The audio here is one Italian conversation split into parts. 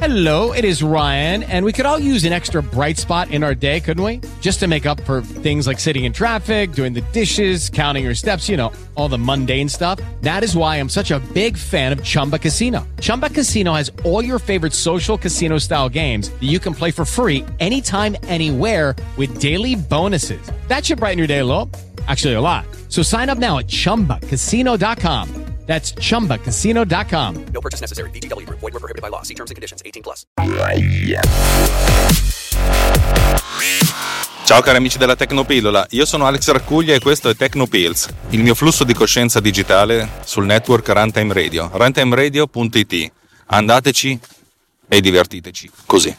Hello, it is Ryan, and we could all use an extra bright spot in our day, couldn't we? Just to make up for things like sitting in traffic, doing the dishes, counting your steps, you know, all the mundane stuff. That is why I'm such a big fan of Chumba Casino. Chumba Casino has all your favorite social casino-style games that you can play for free anytime, anywhere with daily bonuses. That should brighten your day a little. Actually, a lot. So sign up now at ChumbaCasino.com. That's ChumbaCasino.com. No purchase necessary. VGW Group. Void where prohibited by law. See terms and conditions. 18+. Ciao cari amici della Tecnopillola, io sono Alex Raccuglia e questo è Tecnopills, il mio flusso di coscienza digitale sul network Runtime Radio, runtimeradio.it. Andateci e divertiteci così.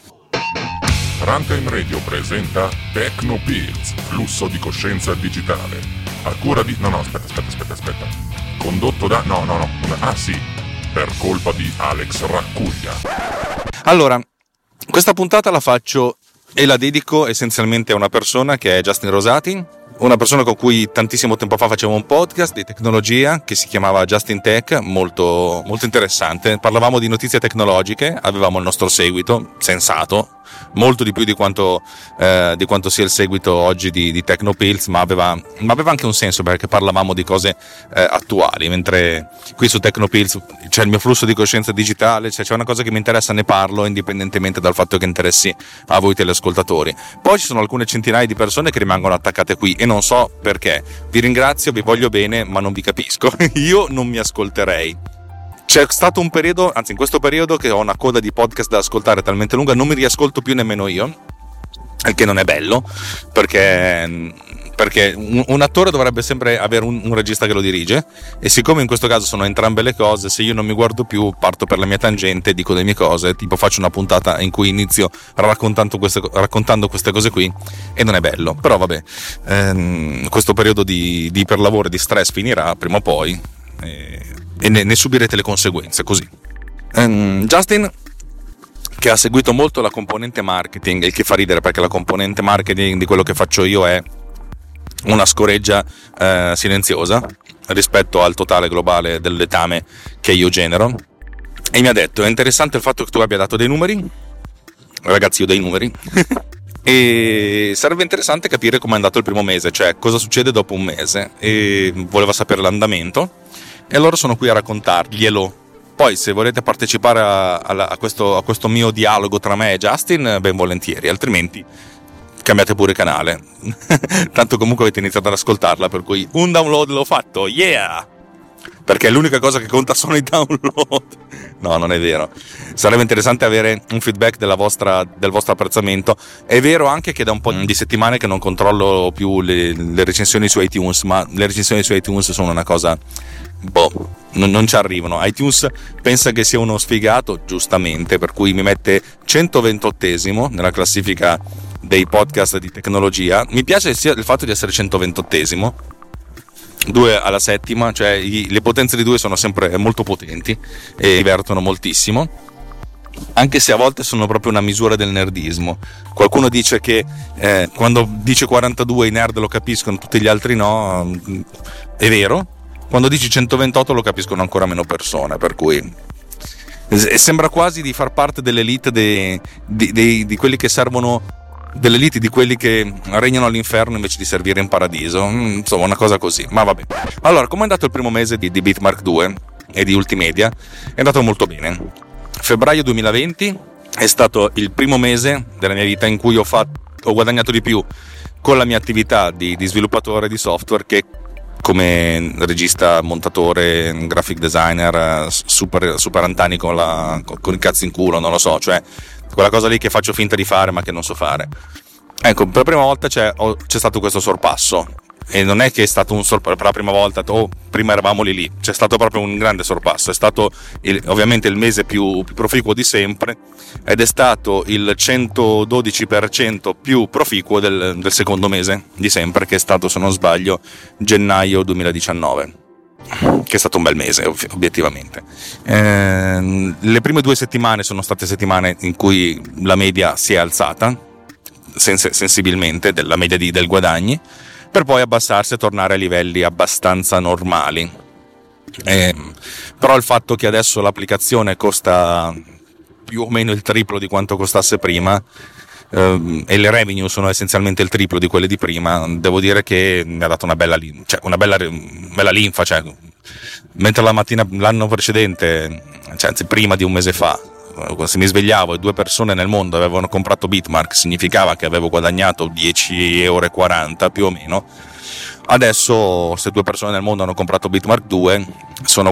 Runtime Radio presenta Tecnopills, flusso di coscienza digitale. A cura di... No, aspetta. Condotto da... No. Ah sì, per colpa di Alex Raccuglia. Allora, questa puntata la faccio e la dedico essenzialmente a una persona che è Justin Rosati, una persona con cui tantissimo tempo fa facevo un podcast di tecnologia che si chiamava Justin Tech, molto, molto interessante. Parlavamo di notizie tecnologiche, avevamo il nostro seguito, sensato, molto di più di quanto sia il seguito oggi di Tecnopills, ma aveva anche un senso perché parlavamo di cose attuali, mentre qui su Tecnopills c'è il mio flusso di coscienza digitale, c'è una cosa che mi interessa, ne parlo indipendentemente dal fatto che interessi a voi telescoltatori. Poi ci sono alcune centinaia di persone che rimangono attaccate qui e non so perché. Vi ringrazio, vi voglio bene, ma non vi capisco. Io non mi ascolterei. C'è stato un periodo, anzi in questo periodo, che ho una coda di podcast da ascoltare talmente lunga, non mi riascolto più nemmeno io, il che non è bello, perché un attore dovrebbe sempre avere un regista che lo dirige, e siccome in questo caso sono entrambe le cose, se io non mi guardo più, parto per la mia tangente, dico le mie cose, tipo faccio una puntata in cui inizio raccontando queste cose qui, e non è bello. Però vabbè, questo periodo di iperlavoro e di stress finirà prima o poi, e ne subirete le conseguenze così. Justin, che ha seguito molto la componente marketing, il che fa ridere perché la componente marketing di quello che faccio io è una scoreggia silenziosa rispetto al totale globale del letame che io genero, e mi ha detto: è interessante il fatto che tu abbia dato dei numeri. Ragazzi, io dei numeri e sarebbe interessante capire come è andato il primo mese, cioè cosa succede dopo un mese, e voleva sapere l'andamento, e allora sono qui a raccontarglielo. Poi se volete partecipare a questo mio dialogo tra me e Justin, ben volentieri, altrimenti cambiate pure canale. Tanto comunque avete iniziato ad ascoltarla, per cui un download l'ho fatto, yeah! Perché l'unica cosa che conta sono i download. No, non è vero. Sarebbe interessante avere un feedback del vostro apprezzamento. È vero anche che da un po' di settimane che non controllo più le recensioni su iTunes, ma le recensioni su iTunes sono una cosa... non ci arrivano. iTunes pensa che sia uno sfigato, giustamente, per cui mi mette 128esimo nella classifica dei podcast di tecnologia. Mi piace sia il fatto di essere 128esimo, 2 alla settima, cioè le potenze di 2 sono sempre molto potenti e divertono moltissimo, anche se a volte sono proprio una misura del nerdismo. Qualcuno dice che quando dice 42 i nerd lo capiscono, tutti gli altri no. È vero. Quando dici 128 lo capiscono ancora meno persone, per cui sembra quasi di far parte dell'elite di quelli che servono, dell'elite di quelli che regnano all'inferno invece di servire in paradiso. Insomma, una cosa così, ma vabbè. Allora, come è andato il primo mese di Bitmark 2 e di Ultimedia? È andato molto bene. Febbraio 2020 è stato il primo mese della mia vita in cui ho guadagnato di più con la mia attività di sviluppatore di software che come regista, montatore, graphic designer, super antani con il cazzo in culo, non lo so, cioè quella cosa lì che faccio finta di fare ma che non so fare. Ecco, per la prima volta c'è stato questo sorpasso, e non è che è stato un sorpasso per la prima volta, prima eravamo lì, c'è stato proprio un grande sorpasso. È stato ovviamente il mese più proficuo di sempre, ed è stato il 112% più proficuo del secondo mese di sempre, che è stato, se non sbaglio, gennaio 2019, che è stato un bel mese obiettivamente. Le prime 2 settimane sono state settimane in cui la media si è alzata sensibilmente, della media del guadagni, per poi abbassarsi e tornare a livelli abbastanza normali. Però il fatto che adesso l'applicazione costa più o meno il triplo di quanto costasse prima, e le revenue sono essenzialmente il triplo di quelle di prima. Devo dire che mi ha dato una bella linfa, cioè, mentre la mattina l'anno precedente, cioè anzi prima di un mese fa, se mi svegliavo e 2 persone nel mondo avevano comprato Bitmark, significava che avevo guadagnato 10,40 € più o meno. Adesso, se 2 persone nel mondo hanno comprato Bitmark 2, sono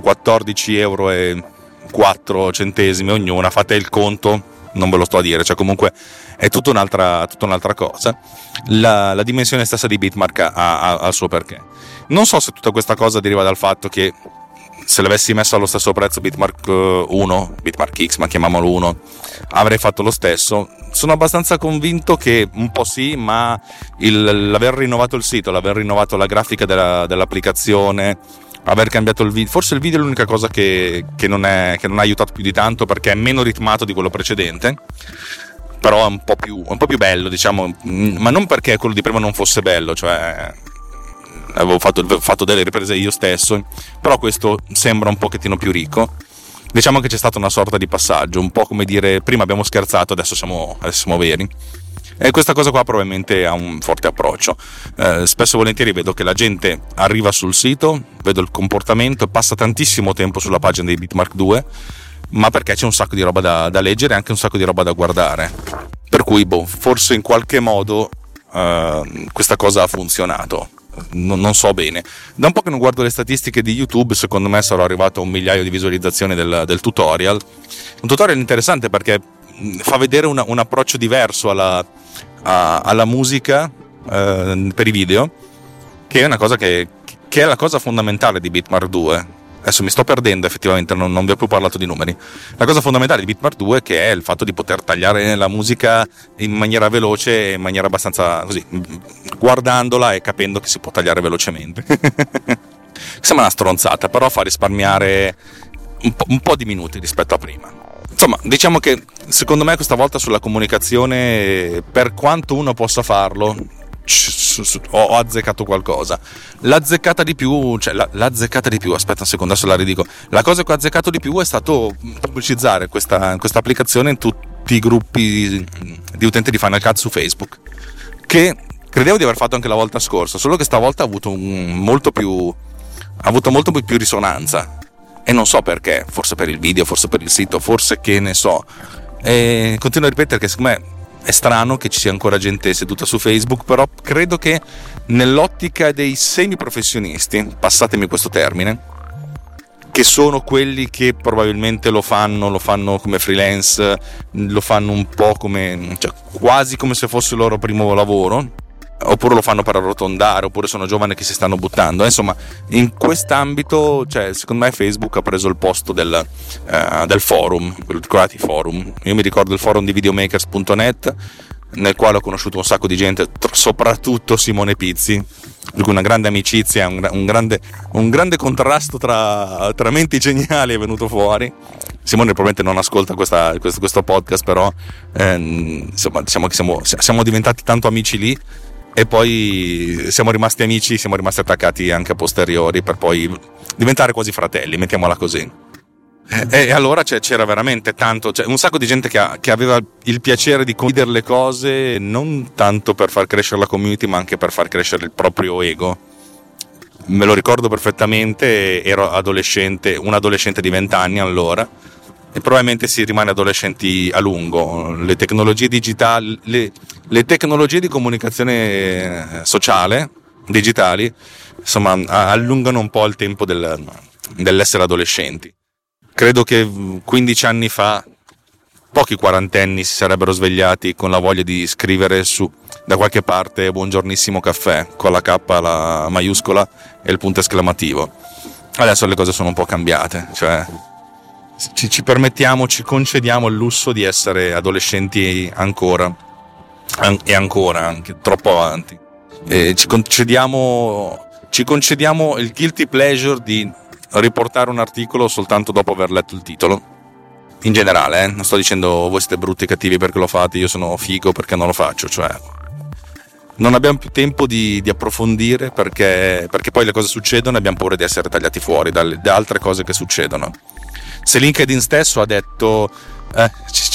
14,04 € ognuna. Fate il conto, non ve lo sto a dire, cioè comunque è tutta un'altra cosa. La dimensione stessa di Bitmark ha il suo perché. Non so se tutta questa cosa deriva dal fatto che, se l'avessi messo allo stesso prezzo Bitmark 1, Bitmark X, ma chiamiamolo 1, avrei fatto lo stesso. Sono abbastanza convinto che un po' sì, ma l'aver rinnovato il sito, l'aver rinnovato la grafica dell'applicazione, aver cambiato il video, forse il video è l'unica cosa che non ha aiutato più di tanto, perché è meno ritmato di quello precedente, però è un po' più bello, diciamo, ma non perché quello di prima non fosse bello, cioè avevo fatto delle riprese io stesso, però questo sembra un pochettino più ricco. Diciamo che c'è stata una sorta di passaggio, un po' come dire prima abbiamo scherzato, adesso siamo veri, e questa cosa qua probabilmente ha un forte approccio. Spesso e volentieri vedo che la gente arriva sul sito, vedo il comportamento, passa tantissimo tempo sulla pagina dei Bitmark 2, ma perché c'è un sacco di roba da leggere e anche un sacco di roba da guardare, per cui forse in qualche modo questa cosa ha funzionato. Non so bene. Da un po' che non guardo le statistiche di YouTube, secondo me sarò arrivato a 1 migliaio di visualizzazioni del tutorial. Un tutorial interessante perché fa vedere un approccio diverso alla musica per i video, che è una cosa che è la cosa fondamentale di Bitmark 2. Adesso mi sto perdendo, effettivamente non vi ho più parlato di numeri. La cosa fondamentale di Bitmark 2 che è il fatto di poter tagliare la musica in maniera veloce, in maniera abbastanza così, guardandola e capendo che si può tagliare velocemente. Sembra una stronzata, però fa risparmiare un po' di minuti rispetto a prima. Insomma, diciamo che secondo me questa volta sulla comunicazione, per quanto uno possa farlo, ho azzeccato qualcosa. L'azzeccata di più, aspetta un secondo, adesso la ridico. La cosa che ho azzeccato di più è stato pubblicizzare questa applicazione in tutti i gruppi di utenti di Final Cut su Facebook, che credevo di aver fatto anche la volta scorsa, solo che stavolta ha avuto molto più risonanza, e non so perché, forse per il video, forse per il sito, forse che ne so, e continuo a ripetere che secondo me è strano che ci sia ancora gente seduta su Facebook, però credo che nell'ottica dei semiprofessionisti, passatemi questo termine, che sono quelli che probabilmente lo fanno come freelance, lo fanno un po' come, cioè quasi come se fosse il loro primo lavoro, oppure lo fanno per arrotondare, oppure sono giovani che si stanno buttando. Insomma, in quest'ambito, cioè, secondo me Facebook ha preso il posto del forum, quello di Creative Forum. Io mi ricordo il forum di videomakers.net, nel quale ho conosciuto un sacco di gente, soprattutto Simone Pizzi, di cui una grande amicizia, un grande contrasto tra menti geniali è venuto fuori. Simone probabilmente non ascolta questo podcast, però insomma, diciamo che siamo diventati tanto amici lì, e poi siamo rimasti amici, siamo rimasti attaccati anche a posteriori, per poi diventare quasi fratelli, mettiamola così. E allora c'era veramente tanto, un sacco di gente che aveva il piacere di condividere le cose, non tanto per far crescere la community, ma anche per far crescere il proprio ego. Me lo ricordo perfettamente, ero un adolescente di 20 anni allora, e probabilmente si rimane adolescenti a lungo. Le tecnologie digitali, le tecnologie di comunicazione sociale digitali, insomma, allungano un po' il tempo dell'essere adolescenti. Credo che 15 anni fa pochi quarantenni si sarebbero svegliati con la voglia di scrivere da qualche parte buongiornissimo caffè, con la K la maiuscola e il punto esclamativo. Adesso le cose sono un po' cambiate, cioè ci permettiamo, ci concediamo il lusso di essere adolescenti ancora, anche troppo avanti, e ci concediamo il guilty pleasure di riportare un articolo soltanto dopo aver letto il titolo. In generale, non sto dicendo voi siete brutti e cattivi perché lo fate, io sono figo perché non lo faccio, cioè non abbiamo più tempo di approfondire perché poi le cose succedono e abbiamo paura di essere tagliati fuori da altre cose che succedono. Se LinkedIn stesso ha detto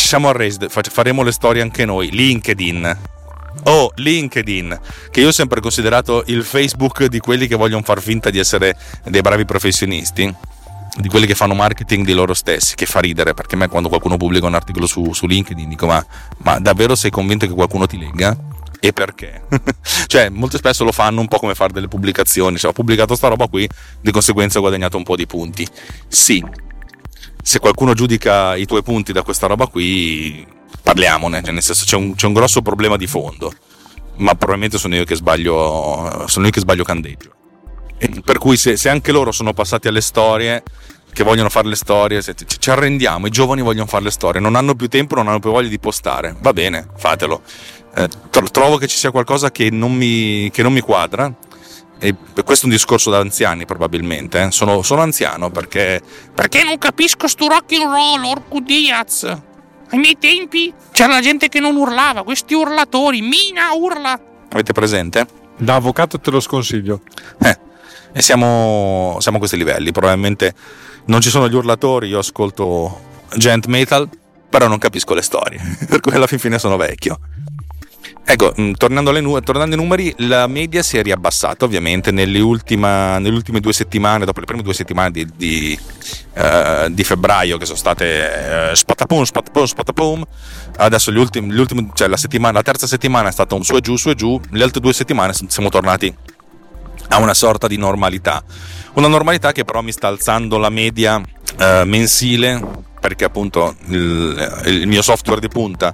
siamo arresi, faremo le storie anche noi. LinkedIn, che io ho sempre considerato il Facebook di quelli che vogliono far finta di essere dei bravi professionisti, di quelli che fanno marketing di loro stessi, che fa ridere, perché a me quando qualcuno pubblica un articolo su LinkedIn dico ma davvero sei convinto che qualcuno ti legga? E perché? Cioè molto spesso lo fanno un po' come fare delle pubblicazioni, cioè ho pubblicato sta roba qui, di conseguenza ho guadagnato un po' di punti. Sì, se qualcuno giudica i tuoi punti da questa roba qui, parliamone, cioè nel senso c'è un grosso problema di fondo, ma probabilmente sono io che sbaglio candeggio. E per cui se anche loro sono passati alle storie, che vogliono fare le storie, ci arrendiamo, i giovani vogliono fare le storie, non hanno più tempo, non hanno più voglia di postare, va bene, fatelo. Trovo che ci sia qualcosa che non mi quadra, e questo è un discorso da anziani probabilmente, sono anziano perché non capisco sto rock and roll, orco Diaz. Ai miei tempi c'era la gente che non urlava, questi urlatori, Mina urla. Avete presente? Da avvocato te lo sconsiglio. E siamo a questi livelli, probabilmente non ci sono gli urlatori, io ascolto gent metal, però non capisco le storie, per cui alla fine sono vecchio. Ecco, tornando ai numeri, la media si è riabbassata ovviamente nelle ultime 2 settimane, dopo le prime 2 settimane di febbraio, che sono state spatapum. Adesso cioè la terza settimana è stata un su e giù, le altre 2 settimane siamo tornati a una sorta di normalità, una normalità che però mi sta alzando la media mensile, perché appunto il mio software di punta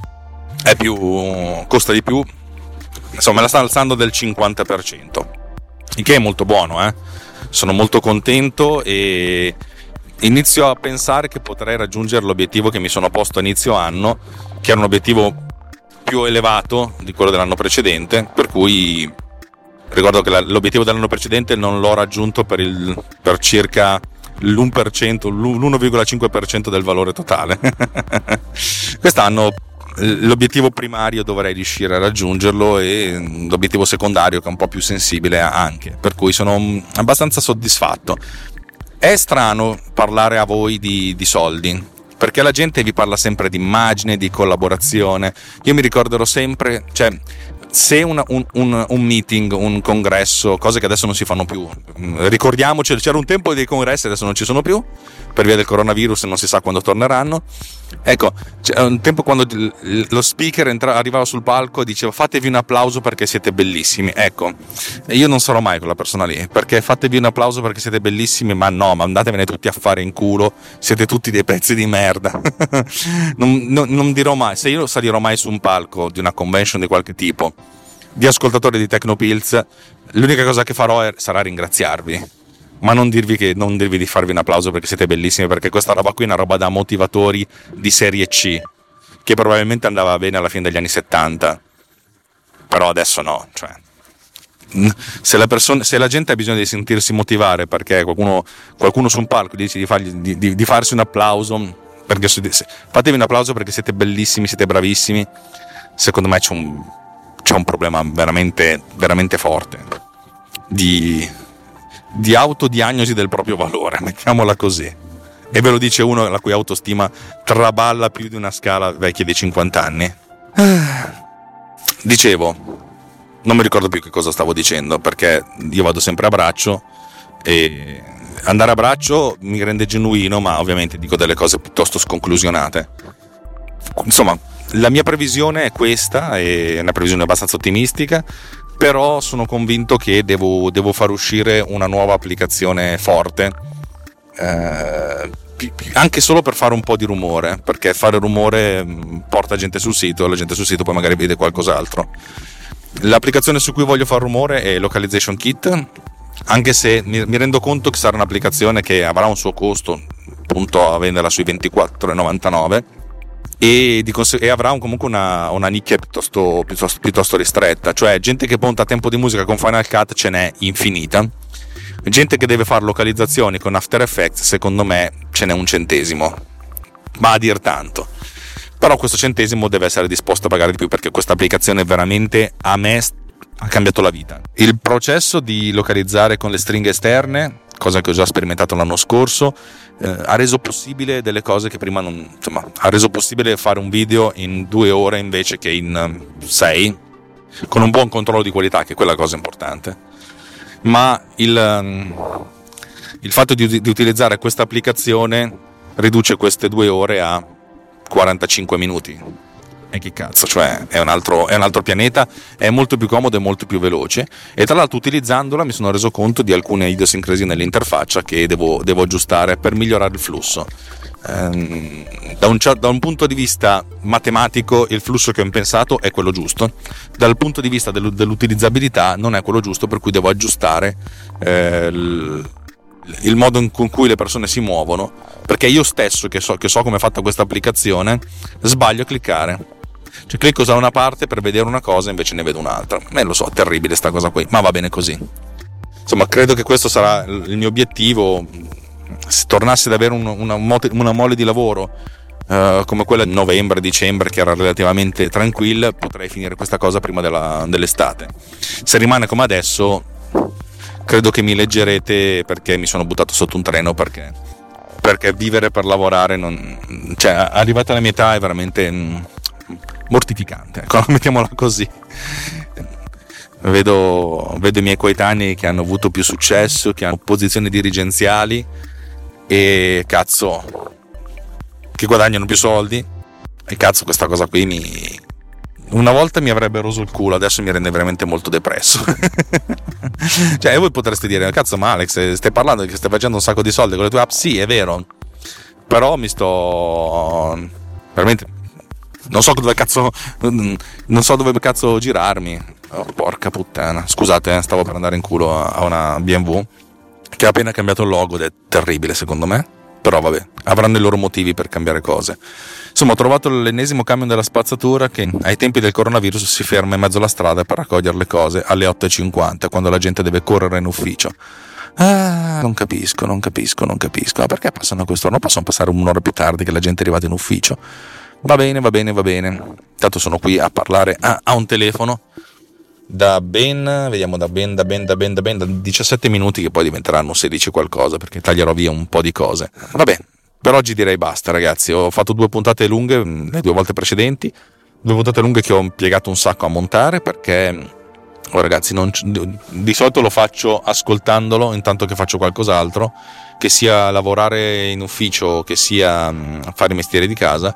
costa di più, insomma me la sta alzando del 50%, il che è molto buono, sono molto contento e inizio a pensare che potrei raggiungere l'obiettivo che mi sono posto a inizio anno, che era un obiettivo più elevato di quello dell'anno precedente, per cui ricordo che l'obiettivo dell'anno precedente non l'ho raggiunto per circa l'1,5% del valore totale. Quest'anno l'obiettivo primario dovrei riuscire a raggiungerlo, e l'obiettivo secondario che è un po' più sensibile anche, per cui sono abbastanza soddisfatto. È strano parlare a voi di soldi, perché la gente vi parla sempre di immagine, di collaborazione. Io mi ricorderò sempre, cioè se un meeting, un congresso, cose che adesso non si fanno più, ricordiamoci, c'era un tempo dei congressi, adesso non ci sono più per via del coronavirus e non si sa quando torneranno. Ecco, c'è un tempo quando lo speaker arrivava sul palco e diceva fatevi un applauso perché siete bellissimi. Ecco, io non sarò mai quella persona lì, perché fatevi un applauso perché siete bellissimi, ma andatevene tutti a fare in culo, siete tutti dei pezzi di merda. non dirò mai, se io salirò mai su un palco di una convention di qualche tipo, di ascoltatori di Tecnopills, l'unica cosa che farò sarà ringraziarvi, ma non dirvi di farvi un applauso perché siete bellissimi, perché questa roba qui è una roba da motivatori di serie C, che probabilmente andava bene alla fine degli anni 70, però adesso no, cioè se la gente ha bisogno di sentirsi motivare perché qualcuno su un palco dice di farsi un applauso, perché fatevi un applauso perché siete bellissimi, siete bravissimi, secondo me c'è un problema veramente, veramente forte di autodiagnosi del proprio valore, mettiamola così, e ve lo dice uno la cui autostima traballa più di una scala vecchia di 50 anni. Dicevo, non mi ricordo più che cosa stavo dicendo, perché io vado sempre a braccio e andare a braccio mi rende genuino, ma ovviamente dico delle cose piuttosto sconclusionate. Insomma, la mia previsione è questa, è una previsione abbastanza ottimistica, però sono convinto che devo far uscire una nuova applicazione forte, anche solo per fare un po' di rumore, perché fare rumore porta gente sul sito, e la gente sul sito poi magari vede qualcos'altro. L'applicazione su cui voglio fare rumore è Localization Kit, anche se mi rendo conto che sarà un'applicazione che avrà un suo costo, appunto a venderla sui €24,99, e avrà comunque una nicchia piuttosto ristretta, cioè gente che monta a tempo di musica con Final Cut ce n'è infinita, gente che deve fare localizzazioni con After Effects secondo me ce n'è un centesimo, ma a dir tanto. Però questo centesimo deve essere disposto a pagare di più, perché questa applicazione veramente a me ha cambiato la vita. Il processo di localizzare con le stringhe esterne cosa che ho già sperimentato l'anno scorso, ha reso possibile delle cose che prima non, insomma, ha reso possibile fare un video in 2 ore invece che in 6, con un buon controllo di qualità, che è quella cosa importante. Ma il fatto di utilizzare questa applicazione riduce queste 2 ore a 45 minuti. E che cazzo, cioè è un altro pianeta, è molto più comodo e molto più veloce, e tra l'altro utilizzandola mi sono reso conto di alcune idiosincrasie nell'interfaccia che devo aggiustare per migliorare il flusso. Da un punto di vista matematico il flusso che ho pensato è quello giusto, dal punto di vista dell'utilizzabilità non è quello giusto, per cui devo aggiustare il modo con cui le persone si muovono, perché io stesso che so come è fatta questa applicazione sbaglio a cliccare. Cioè clicco da una parte per vedere una cosa, invece ne vedo un'altra. Lo so, è terribile sta cosa qui, ma va bene così. Insomma, credo che questo sarà il mio obiettivo. Se tornasse ad avere una mole di lavoro come quella di novembre-dicembre, che era relativamente tranquilla, potrei finire questa cosa prima dell'estate. Se rimane come adesso, credo che mi leggerete perché mi sono buttato sotto un treno, perché vivere per lavorare cioè, arrivata alla mia età, è veramente mortificante, ecco, mettiamola così. Vedo i miei coetanei che hanno avuto più successo, che hanno posizioni dirigenziali e cazzo che guadagnano più soldi, e cazzo questa cosa qui una volta mi avrebbe roso il culo, adesso mi rende veramente molto depresso. Cioè voi potreste dire, cazzo, ma Alex, stai parlando che stai facendo un sacco di soldi con le tue app? Sì, è vero, però mi sto veramente, non so dove cazzo girarmi. Oh, porca puttana, scusate, stavo per andare in culo a una BMW che ha appena cambiato il logo ed è terribile secondo me, però vabbè, avranno i loro motivi per cambiare cose. Insomma, ho trovato l'ennesimo camion della spazzatura che ai tempi del coronavirus si ferma in mezzo alla strada per raccogliere le cose alle 8:50, quando la gente deve correre in ufficio. Non capisco. Ma perché passano a quest'ora? Non possono passare un'ora più tardi che la gente è arrivata in ufficio? Va bene. Tanto sono qui a parlare a un telefono da ben 17 minuti, che poi diventeranno 16 qualcosa, perché taglierò via un po' di cose. Vabbè, per oggi direi basta, ragazzi. Ho fatto 2 puntate lunghe, le 2 volte precedenti, 2 puntate lunghe che ho impiegato un sacco a montare, perché ragazzi, di solito lo faccio ascoltandolo intanto che faccio qualcos'altro, che sia lavorare in ufficio, che sia fare i mestieri di casa.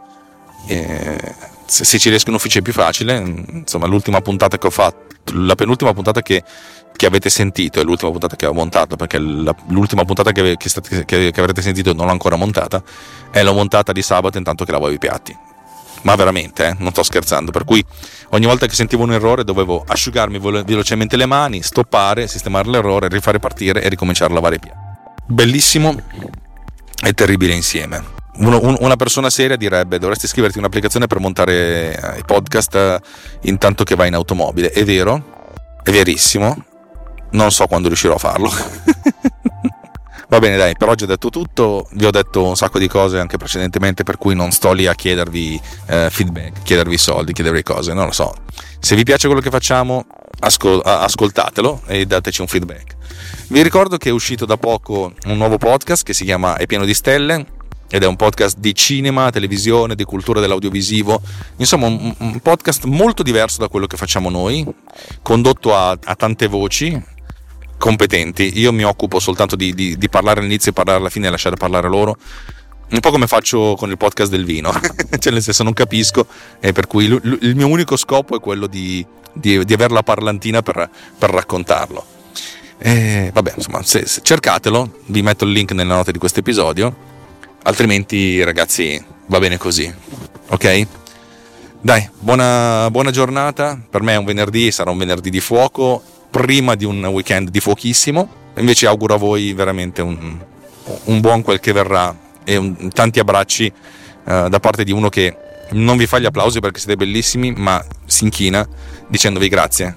Se ci riesco in ufficio è più facile. Insomma, l'ultima puntata che ho fatto, la penultima puntata che avete sentito, è l'ultima puntata che ho montato, perché l'ultima puntata che avrete sentito non l'ho ancora montata, e l'ho montata di sabato intanto che lavavo i piatti. Ma veramente, non sto scherzando, per cui ogni volta che sentivo un errore dovevo asciugarmi velocemente le mani, stoppare, sistemare l'errore, rifare partire e ricominciare a lavare i piatti. Bellissimo e terribile insieme. Una persona seria direbbe: dovresti scriverti un'applicazione per montare i podcast intanto che vai in automobile. È vero, è verissimo, non so quando riuscirò a farlo. Va bene, dai, per oggi ho detto tutto, vi ho detto un sacco di cose anche precedentemente, per cui non sto lì a chiedervi feedback, chiedervi soldi, chiedervi cose, non lo so. Se vi piace quello che facciamo, ascoltatelo e dateci un feedback. Vi ricordo che è uscito da poco un nuovo podcast che si chiama È pieno di stelle, ed è un podcast di cinema, televisione, di cultura dell'audiovisivo, insomma un podcast molto diverso da quello che facciamo noi, condotto a tante voci competenti. Io mi occupo soltanto di parlare all'inizio e parlare alla fine e lasciare parlare loro, un po' come faccio con il podcast del vino. Cioè, nel senso, non capisco, e per cui il mio unico scopo è quello di avere la parlantina per raccontarlo. Vabbè, insomma, se cercatelo, vi metto il link nelle note di questo episodio, altrimenti ragazzi va bene così, ok? Dai, buona giornata. Per me è un venerdì, sarà un venerdì di fuoco prima di un weekend di fuochissimo. Invece auguro a voi veramente un buon quel che verrà, e tanti abbracci da parte di uno che non vi fa gli applausi perché siete bellissimi, ma si inchina dicendovi grazie.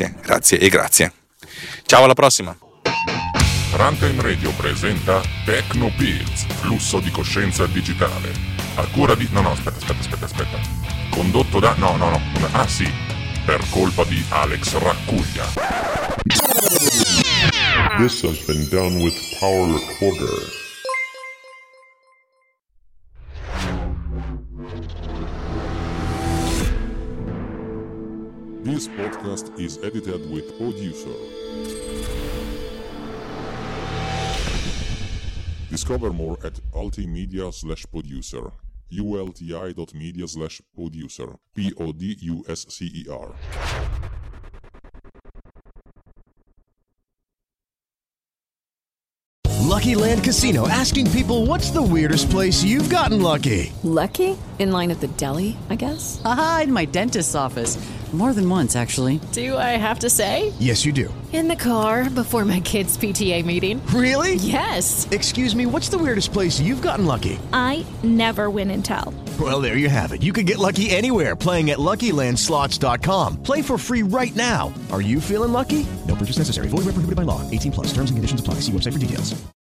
Ciao, alla prossima. Runtime Radio presenta Techno Pills, flusso di coscienza digitale. A cura di... No, aspetta. Condotto da... No. Ah sì, per colpa di Alex Raccuglia. This has been done with Power Recorder. This podcast is edited with Producer. Discover more at ultimedia/producer. ulti.media/producer. PODUSCER. Lucky Land Casino, asking people, what's the weirdest place you've gotten lucky? Lucky? In line at the deli, I guess? Aha, in my dentist's office. More than once, actually. Do I have to say? Yes, you do. In the car before my kids' PTA meeting. Really? Yes. Excuse me, what's the weirdest place you've gotten lucky? I never win and tell. Well, there you have it. You can get lucky anywhere, playing at LuckyLandSlots.com. Play for free right now. Are you feeling lucky? No purchase necessary. Void where prohibited by law. 18+. Terms and conditions apply. See website for details.